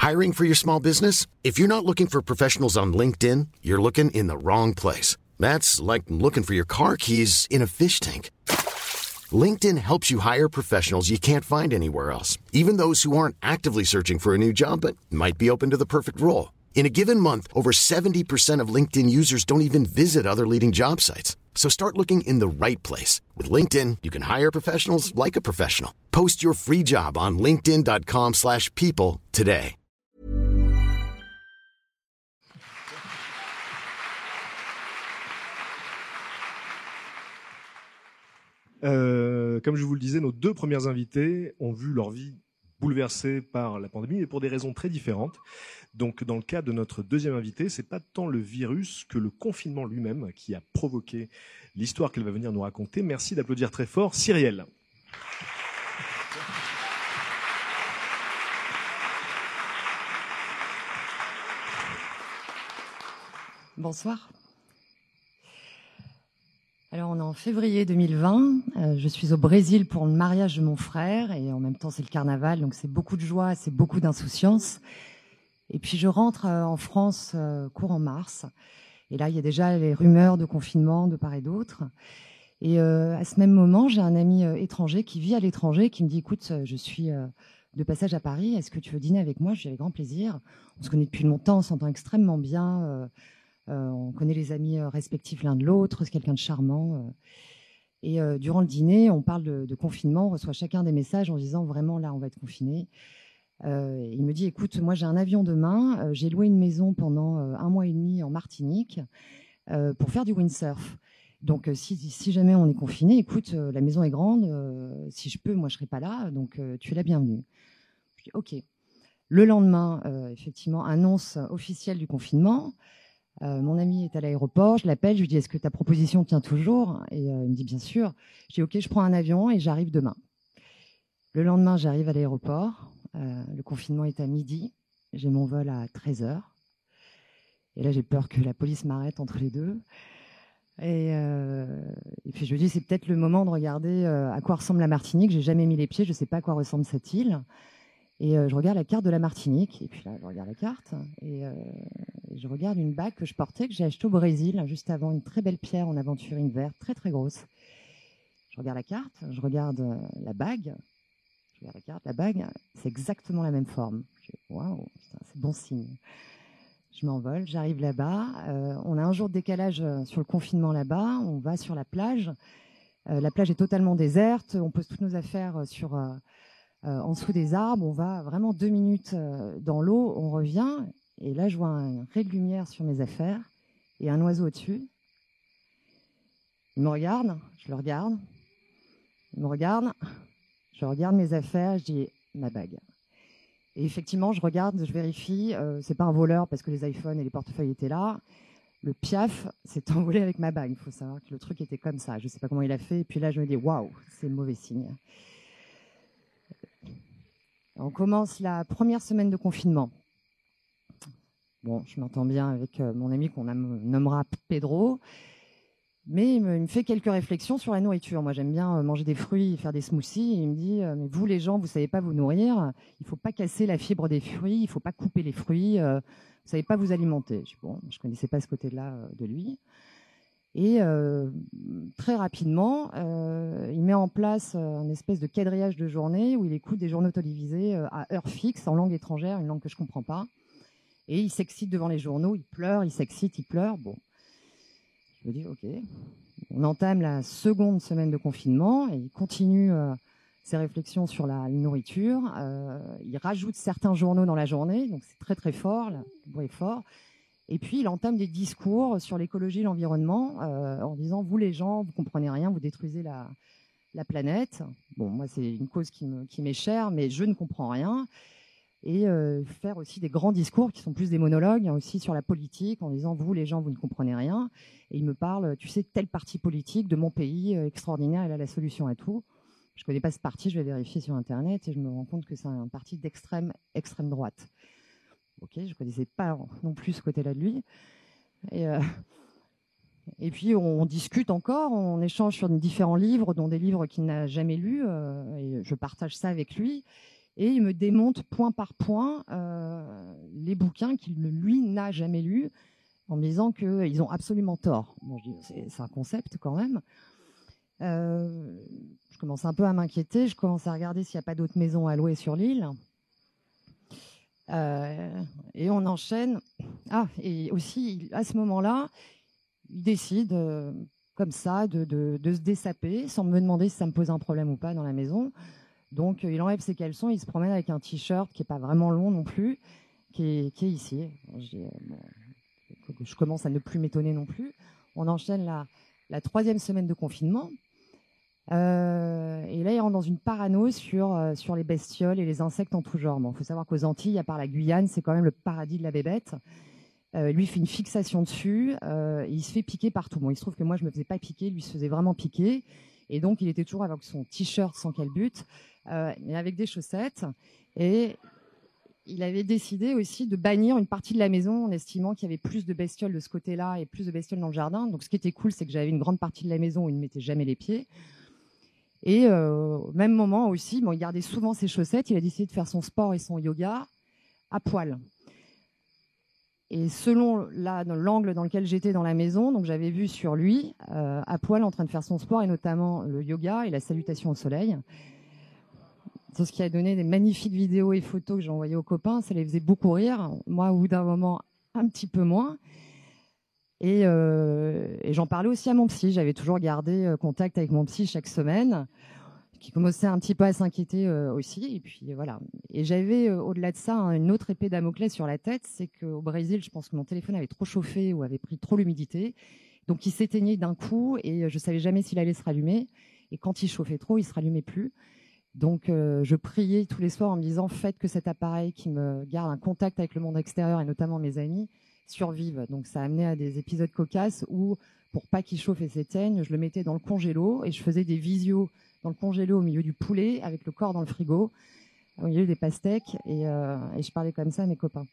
Hiring for your small business? If you're not looking for professionals on LinkedIn, you're looking in the wrong place. That's like looking for your car keys in a fish tank. LinkedIn helps you hire professionals you can't find anywhere else, even those who aren't actively searching for a new job but might be open to the perfect role. In a given month, over 70% of LinkedIn users don't even visit other leading job sites. So start looking in the right place. With LinkedIn, you can hire professionals like a professional. Post your free job on linkedin.com/people today. Comme je vous le disais, nos deux premières invités ont vu leur vie bouleversée par la pandémie, mais pour des raisons très différentes. Donc, dans le cas de notre deuxième invité, c'est pas tant le virus que le confinement lui-même qui a provoqué l'histoire qu'elle va venir nous raconter. Merci d'applaudir très fort Cyrielle. Bonsoir. Alors, on est en février 2020. Je suis au Brésil pour le mariage de mon frère et en même temps, c'est le carnaval. Donc, c'est beaucoup de joie, c'est beaucoup d'insouciance. Et puis, je rentre en France courant mars. Et là, il y a déjà les rumeurs de confinement de part et d'autre. Et à ce même moment, j'ai un ami étranger qui vit à l'étranger qui me dit « Écoute, je suis de passage à Paris. Est-ce que tu veux dîner avec moi ?» Je dis « Avec grand plaisir. » On se connaît depuis longtemps, on s'entend extrêmement bien. On connaît les amis respectifs l'un de l'autre, c'est quelqu'un de charmant. Et durant le dîner, on parle de confinement, on reçoit chacun des messages en disant vraiment là, on va être confinés. Il me dit, écoute, moi j'ai un avion demain, j'ai loué une maison pendant 1 mois et demi en Martinique pour faire du windsurf. Donc si jamais on est confiné, écoute, la maison est grande, si je peux, moi je serai pas là, donc tu es la bienvenue. Je dis, ok. Le lendemain, effectivement, annonce officielle du confinement. Mon ami est à l'aéroport, je l'appelle, je lui dis est-ce que ta proposition tient toujours? Et il me dit bien sûr. Je dis ok, je prends un avion et j'arrive demain. Le lendemain, j'arrive à l'aéroport. Le confinement est à midi. J'ai mon vol à 13h. Et là, j'ai peur que la police m'arrête entre les deux. Et puis je lui dis c'est peut-être le moment de regarder à quoi ressemble la Martinique. J'ai jamais mis les pieds, je ne sais pas à quoi ressemble cette île. Et je regarde la carte de la Martinique. Et puis là, je regarde la carte. Et je regarde une bague que je portais, que j'ai achetée au Brésil, juste avant, une très belle pierre en aventurine verte, très très grosse. Je regarde la carte, je regarde la bague. Je regarde la carte, la bague, c'est exactement la même forme. Waouh, c'est bon signe. Je m'envole, j'arrive là-bas. On a un jour de décalage sur le confinement là-bas. On va sur la plage. La plage est totalement déserte. On pose toutes nos affaires en dessous des arbres. On va vraiment 2 minutes dans l'eau. On revient. Et là, je vois un ray de lumière sur mes affaires et un oiseau au-dessus. Il me regarde, je le regarde. Il me regarde, je regarde mes affaires, je dis ma bague. Et effectivement, je regarde, je vérifie. C'est pas un voleur parce que les iPhones et les portefeuilles étaient là. Le piaf s'est envolé avec ma bague. Il faut savoir que le truc était comme ça. Je sais pas comment il a fait. Et puis là, je me dis waouh, c'est le mauvais signe. On commence la première semaine de confinement. Bon, je m'entends bien avec mon ami qu'on nommera Pedro, mais il me fait quelques réflexions sur la nourriture. Moi, j'aime bien manger des fruits, faire des smoothies. Et il me dit, mais vous, les gens, vous savez pas vous nourrir. Il faut pas casser la fibre des fruits. Il faut pas couper les fruits. Vous savez pas vous alimenter. Je dis, bon, je connaissais pas ce côté-là de lui. Et très rapidement, il met en place une espèce de quadrillage de journée où il écoute des journaux télévisés à heure fixe en langue étrangère, une langue que je comprends pas. Et il s'excite devant les journaux, il pleure, il s'excite, il pleure. Bon, je me dis, ok. On entame la seconde semaine de confinement et il continue ses réflexions sur la nourriture. Il rajoute certains journaux dans la journée, donc c'est très très fort, le bruit est fort. Et puis il entame des discours sur l'écologie et l'environnement en disant, vous les gens, vous comprenez rien, vous détruisez la planète. Bon, moi c'est une cause qui m'est chère, mais je ne comprends rien. Et faire aussi des grands discours qui sont plus des monologues, aussi sur la politique, en disant, vous les gens, vous ne comprenez rien. Et il me parle, tu sais, tel parti politique de mon pays, extraordinaire, il a la solution à tout. Je ne connais pas ce parti, je vais vérifier sur Internet, et je me rends compte que c'est un parti extrême droite. Ok, je ne connaissais pas non plus ce côté-là de lui. Et puis on discute encore, on échange sur différents livres, dont des livres qu'il n'a jamais lus, et je partage ça avec lui. Et il me démonte point par point les bouquins qu'il lui n'a jamais lus, en me disant qu'ils ont absolument tort. Bon, je dis, c'est un concept quand même. Je commence un peu à m'inquiéter. Je commence à regarder s'il n'y a pas d'autres maisons à louer sur l'île. Et on enchaîne. Ah, et aussi, à ce moment-là, il décide, comme ça, de se dessaper, sans me demander si ça me pose un problème ou pas dans la maison. Donc, il enlève ses caleçons, il se promène avec un t-shirt qui n'est pas vraiment long non plus, qui est ici. Je commence à ne plus m'étonner non plus. On enchaîne la 3e semaine de confinement. Et là, il rentre dans une parano sur les bestioles et les insectes en tout genre. Bon, faut savoir qu'aux Antilles, à part la Guyane, c'est quand même le paradis de la bébête. Lui, il fait une fixation dessus. Il se fait piquer partout. Bon, il se trouve que moi, je me faisais pas piquer. Lui se faisait vraiment piquer. Et donc, il était toujours avec son t-shirt sans calbut, mais avec des chaussettes. Et il avait décidé aussi de bannir une partie de la maison en estimant qu'il y avait plus de bestioles de ce côté-là et plus de bestioles dans le jardin. Donc, ce qui était cool, c'est que j'avais une grande partie de la maison où il ne mettait jamais les pieds. Et au même moment aussi, bon, il gardait souvent ses chaussettes. Il a décidé de faire son sport et son yoga à poil. Et selon l'angle dans lequel j'étais dans la maison, donc j'avais vu sur lui, à poil en train de faire son sport et notamment le yoga et la salutation au soleil. C'est ce qui a donné des magnifiques vidéos et photos que j'ai envoyées aux copains. Ça les faisait beaucoup rire. Moi, au bout d'un moment, un petit peu moins. Et j'en parlais aussi à mon psy. J'avais toujours gardé contact avec mon psy chaque semaine, qui commençait un petit peu à s'inquiéter aussi. Et puis voilà. Et j'avais au-delà de ça une autre épée Damoclès sur la tête, c'est qu'au Brésil, je pense que mon téléphone avait trop chauffé ou avait pris trop l'humidité, donc il s'éteignait d'un coup et je savais jamais s'il allait se rallumer. Et quand il chauffait trop, il se rallumait plus. Donc je priais tous les soirs en me disant faites que cet appareil qui me garde un contact avec le monde extérieur et notamment mes amis survive. Donc ça a amené à des épisodes cocasses où pour pas qu'il chauffe et s'éteigne, je le mettais dans le congélo et je faisais des visios dans le congélo au milieu du poulet avec le corps dans le frigo, au milieu des pastèques et je parlais comme ça à mes copains.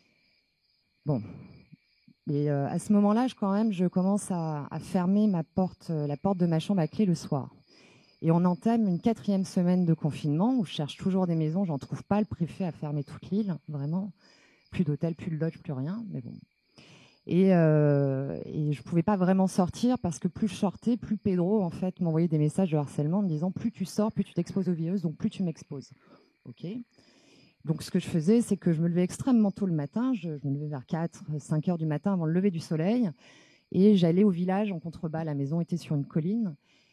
Bon. Et à ce moment-là, je commence à fermer la porte de ma chambre à clé le soir. Et on entame une 4e semaine de confinement où je cherche toujours des maisons. J'en trouve pas. Le préfet a fermé toute l'île, vraiment. Plus d'hôtel, plus de lodge, plus rien. Mais bon. Et je pouvais pas vraiment sortir parce que plus je sortais, plus Pedro en fait m'envoyait des messages de harcèlement en me disant plus tu sors, plus tu t'exposes au virus, donc plus tu m'exposes. Ok. Donc ce que je faisais, c'est que je me levais extrêmement tôt le matin. Je me levais vers 4-5 heures du matin avant le lever du soleil. Et j'allais au village en contrebas. La maison était sur une colline.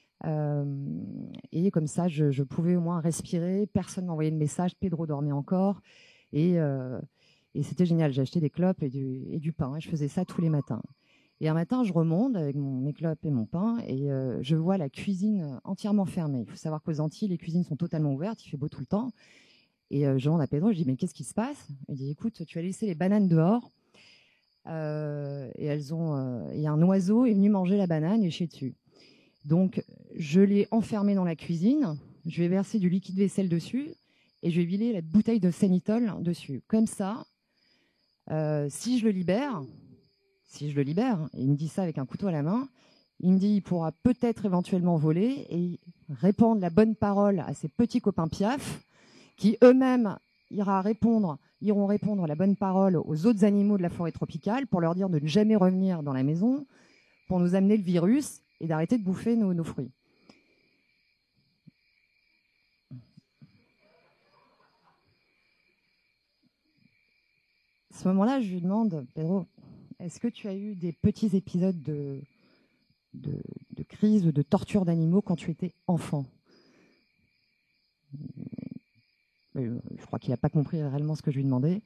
Et comme ça, je pouvais au moins respirer. Personne m'envoyait de message. Pedro dormait encore. Et c'était génial. J'ai acheté des clopes et du pain. Et je faisais ça tous les matins. Et un matin, je remonte avec mes clopes et mon pain. Et je vois la cuisine entièrement fermée. Il faut savoir qu'aux Antilles, les cuisines sont totalement ouvertes. Il fait beau tout le temps. Et je demande à Pedro, je dis mais qu'est-ce qui se passe? Il dit écoute, tu as laissé les bananes dehors et et un oiseau est venu manger la banane et chier dessus. Donc je l'ai enfermé dans la cuisine, je vais verser du liquide vaisselle dessus et je vais vider la bouteille de Sanitol dessus. Comme ça, si je le libère, et il me dit ça avec un couteau à la main, il me dit il pourra peut-être éventuellement voler et répandre la bonne parole à ses petits copains piaf qui eux-mêmes iront répondre la bonne parole aux autres animaux de la forêt tropicale pour leur dire de ne jamais revenir dans la maison, pour nous amener le virus et d'arrêter de bouffer nos fruits. À ce moment-là, je lui demande, Pedro, est-ce que tu as eu des petits épisodes de crise ou de torture d'animaux quand tu étais enfant ? Je crois qu'il n'a pas compris réellement ce que je lui demandais.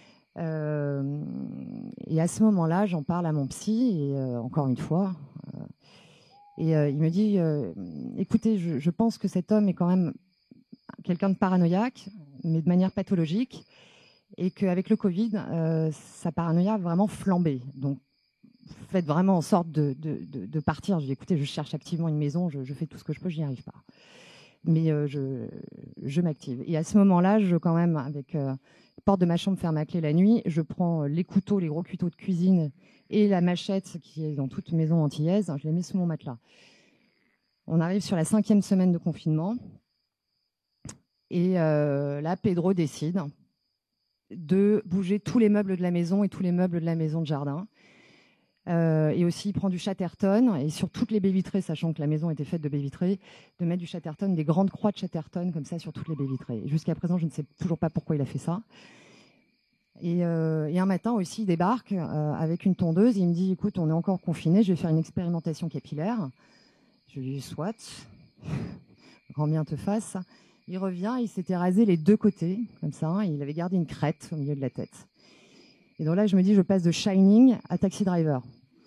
Et à ce moment-là, j'en parle à mon psy, et encore une fois. Il me dit, écoutez, je pense que cet homme est quand même quelqu'un de paranoïaque, mais de manière pathologique, et qu'avec le Covid, sa paranoïa a vraiment flambé. Donc, faites vraiment en sorte de partir. Je dis, écoutez, je cherche activement une maison, je fais tout ce que je peux, je n'y arrive pas. Mais je m'active. Et à ce moment-là, quand même, avec la porte de ma chambre fermée à clé la nuit, je prends les couteaux, les gros couteaux de cuisine et la machette qui est dans toute maison antillaise, je les mets sous mon matelas. On arrive sur la 5e semaine de confinement. Et là, Pedro décide de bouger tous les meubles de la maison et tous les meubles de la maison de jardin. Et aussi, il prend du Chatterton, et sur toutes les baies vitrées, sachant que la maison était faite de baies vitrées, de mettre du Chatterton, des grandes croix de Chatterton, comme ça, sur toutes les baies vitrées. Et jusqu'à présent, je ne sais toujours pas pourquoi il a fait ça. Et un matin aussi, il débarque avec une tondeuse, et il me dit, écoute, on est encore confinés, je vais faire une expérimentation capillaire. Je lui dis, soit, grand bien te fasse. Il revient, il s'était rasé les 2 côtés, comme ça, et il avait gardé une crête au milieu de la tête. Et donc là, je me dis, je passe de Shining à Taxi Driver.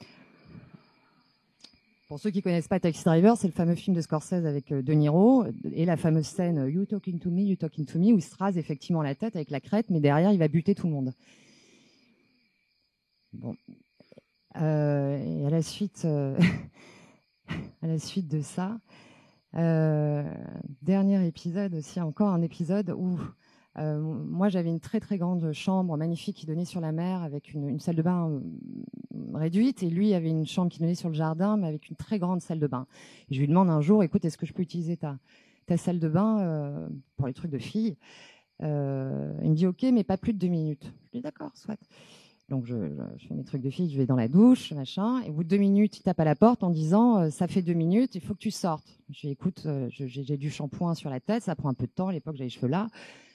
Pour ceux qui ne connaissent pas Taxi Driver, c'est le fameux film de Scorsese avec De Niro et la fameuse scène You talking to me, où il se rase effectivement la tête avec la crête, mais derrière, il va buter tout le monde. Bon. Et à la suite de ça, dernier épisode aussi, encore un épisode où moi, j'avais une très très grande chambre magnifique qui donnait sur la mer avec une salle de bain réduite, et lui avait une chambre qui donnait sur le jardin mais avec une très grande salle de bain. Et je lui demande un jour, écoute, est-ce que je peux utiliser ta salle de bain pour les trucs de filles? Il me dit ok, mais pas plus de 2 minutes. Je lui dis d'accord, soit. Donc je fais mes trucs de filles, je vais dans la douche, machin, et au bout de 2 minutes, il tape à la porte en disant ça fait 2 minutes, il faut que tu sortes. Je lui dis écoute, j'ai du shampoing sur la tête, ça prend un peu de temps, à l'époque j'avais les cheveux là.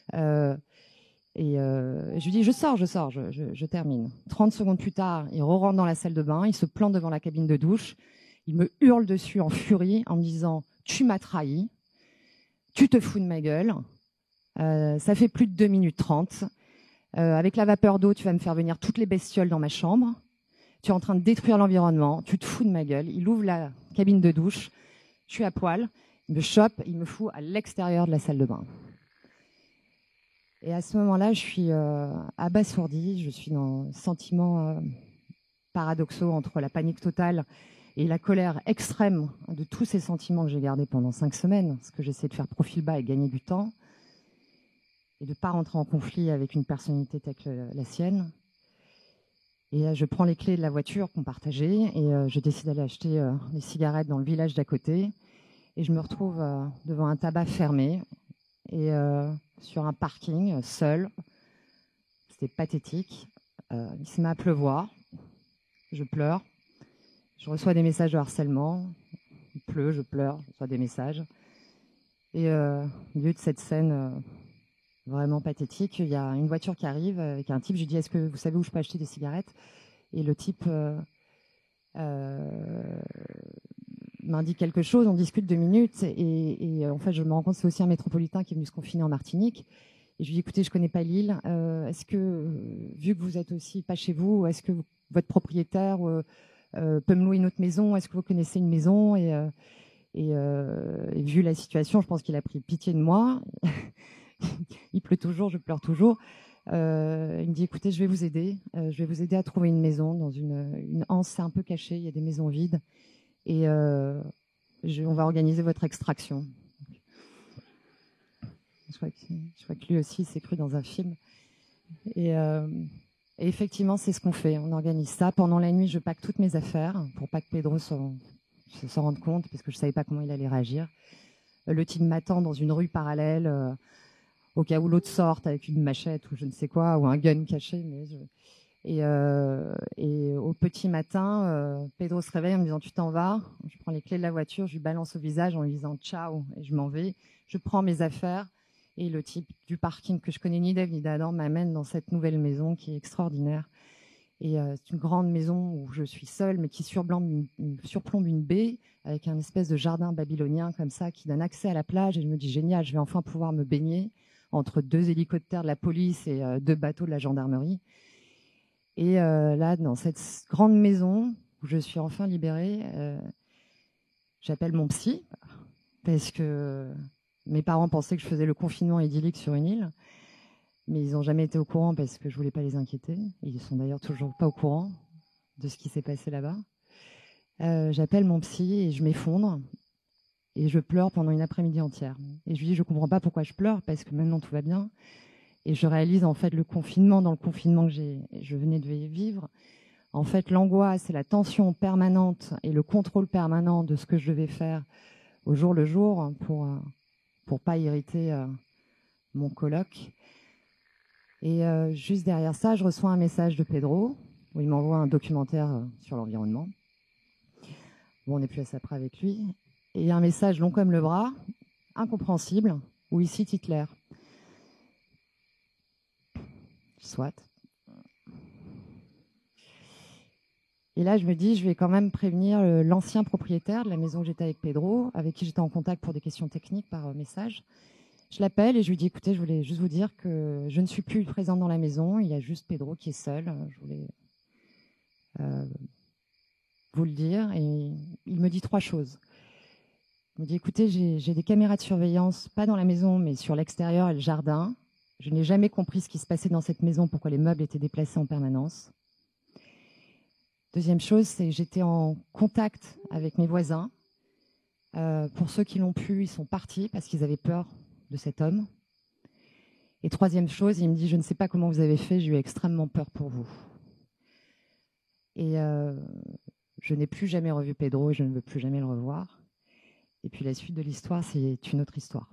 Je lui dis je sors, je termine. 30 secondes plus tard, il re-rentre dans la salle de bain, il se plante devant la cabine de douche, il me hurle dessus en furie en me disant tu m'as trahi, tu te fous de ma gueule, ça fait plus de 2 minutes 30, avec la vapeur d'eau tu vas me faire venir toutes les bestioles dans ma chambre, tu es en train de détruire l'environnement, tu te fous de ma gueule. Il ouvre la cabine de douche, je suis à poil, il me chope, il me fout à l'extérieur de la salle de bain. Et à ce moment-là, je suis abasourdie, je suis dans sentiments paradoxaux entre la panique totale et la colère extrême de tous ces sentiments que j'ai gardés pendant 5 semaines, parce que j'essaie de faire profil bas et gagner du temps, et de ne pas rentrer en conflit avec une personnalité telle que la sienne. Et je prends les clés de la voiture qu'on partageait, et je décide d'aller acheter des cigarettes dans le village d'à côté, et je me retrouve devant un tabac fermé, et sur un parking, seul. C'était pathétique. Il se met à pleuvoir. Je pleure. Je reçois des messages de harcèlement. Il pleut, je pleure, je reçois des messages. Et au milieu de cette scène vraiment pathétique, il y a une voiture qui arrive avec un type. Je lui dis, est-ce que vous savez où je peux acheter des cigarettes? Et le type m'indique quelque chose, on discute 2 minutes, et en fait je me rends compte que c'est aussi un métropolitain qui est venu se confiner en Martinique, et je lui dis écoutez, je connais pas l'île, est-ce que, vu que vous êtes aussi pas chez vous, est-ce que votre propriétaire peut me louer une autre maison, est-ce que vous connaissez une maison, et vu la situation, je pense qu'il a pris pitié de moi. Il pleut toujours, je pleure toujours. Il me dit écoutez, je vais vous aider à trouver une maison dans une anse, c'est un peu caché, il y a des maisons vides, et on va organiser votre extraction. Je crois que lui aussi s'est cru dans un film. Et effectivement, c'est ce qu'on fait. On organise ça. Pendant la nuit, je pack toutes mes affaires pour pas que Pedro s'en rende compte, parce que je savais pas comment il allait réagir. Le type m'attend dans une rue parallèle, au cas où l'autre sorte avec une machette ou je ne sais quoi, ou un gun caché. Et au petit matin, Pedro se réveille en me disant tu t'en vas. Je prends les clés de la voiture, je lui balance au visage en lui disant ciao, et je m'en vais. Je prends mes affaires, et le type du parking que je connais ni d'Ève ni d'Adam m'amène dans cette nouvelle maison qui est extraordinaire. Et c'est une grande maison où je suis seule, mais qui surplombe une baie avec un espèce de jardin babylonien comme ça qui donne accès à la plage. Et je me dis génial, je vais enfin pouvoir me baigner entre 2 hélicoptères de la police et 2 bateaux de la gendarmerie. Et là, dans cette grande maison où je suis enfin libérée, j'appelle mon psy, parce que mes parents pensaient que je faisais le confinement idyllique sur une île, mais ils n'ont jamais été au courant parce que je ne voulais pas les inquiéter. Ils ne sont d'ailleurs toujours pas au courant de ce qui s'est passé là-bas. J'appelle mon psy et je m'effondre, et je pleure pendant une après-midi entière. Et je lui dis, je ne comprends pas pourquoi je pleure, parce que maintenant tout va bien. Et je réalise en fait dans le confinement que je venais de vivre, en fait l'angoisse et la tension permanente et le contrôle permanent de ce que je devais faire au jour le jour pour pas irriter mon coloc. Et juste derrière ça, je reçois un message de Pedro, où il m'envoie un documentaire sur l'environnement. Bon, on n'est plus assez après avec lui. Et il y a un message long comme le bras, incompréhensible, où il cite Hitler. Soit. Et là, je me dis, je vais quand même prévenir l'ancien propriétaire de la maison où j'étais avec Pedro, avec qui j'étais en contact pour des questions techniques par message. Je l'appelle et je lui dis, écoutez, je voulais juste vous dire que je ne suis plus présente dans la maison, il y a juste Pedro qui est seul. Je voulais vous le dire. Et il me dit 3 choses. Il me dit, écoutez, j'ai des caméras de surveillance, pas dans la maison, mais sur l'extérieur et le jardin. Je n'ai jamais compris ce qui se passait dans cette maison, pourquoi les meubles étaient déplacés en permanence. Deuxième chose, c'est que j'étais en contact avec mes voisins. Pour ceux qui l'ont pu, ils sont partis parce qu'ils avaient peur de cet homme. Et troisième chose, il me dit, je ne sais pas comment vous avez fait, j'ai eu extrêmement peur pour vous. Et je n'ai plus jamais revu Pedro et je ne veux plus jamais le revoir. Et puis la suite de l'histoire, c'est une autre histoire.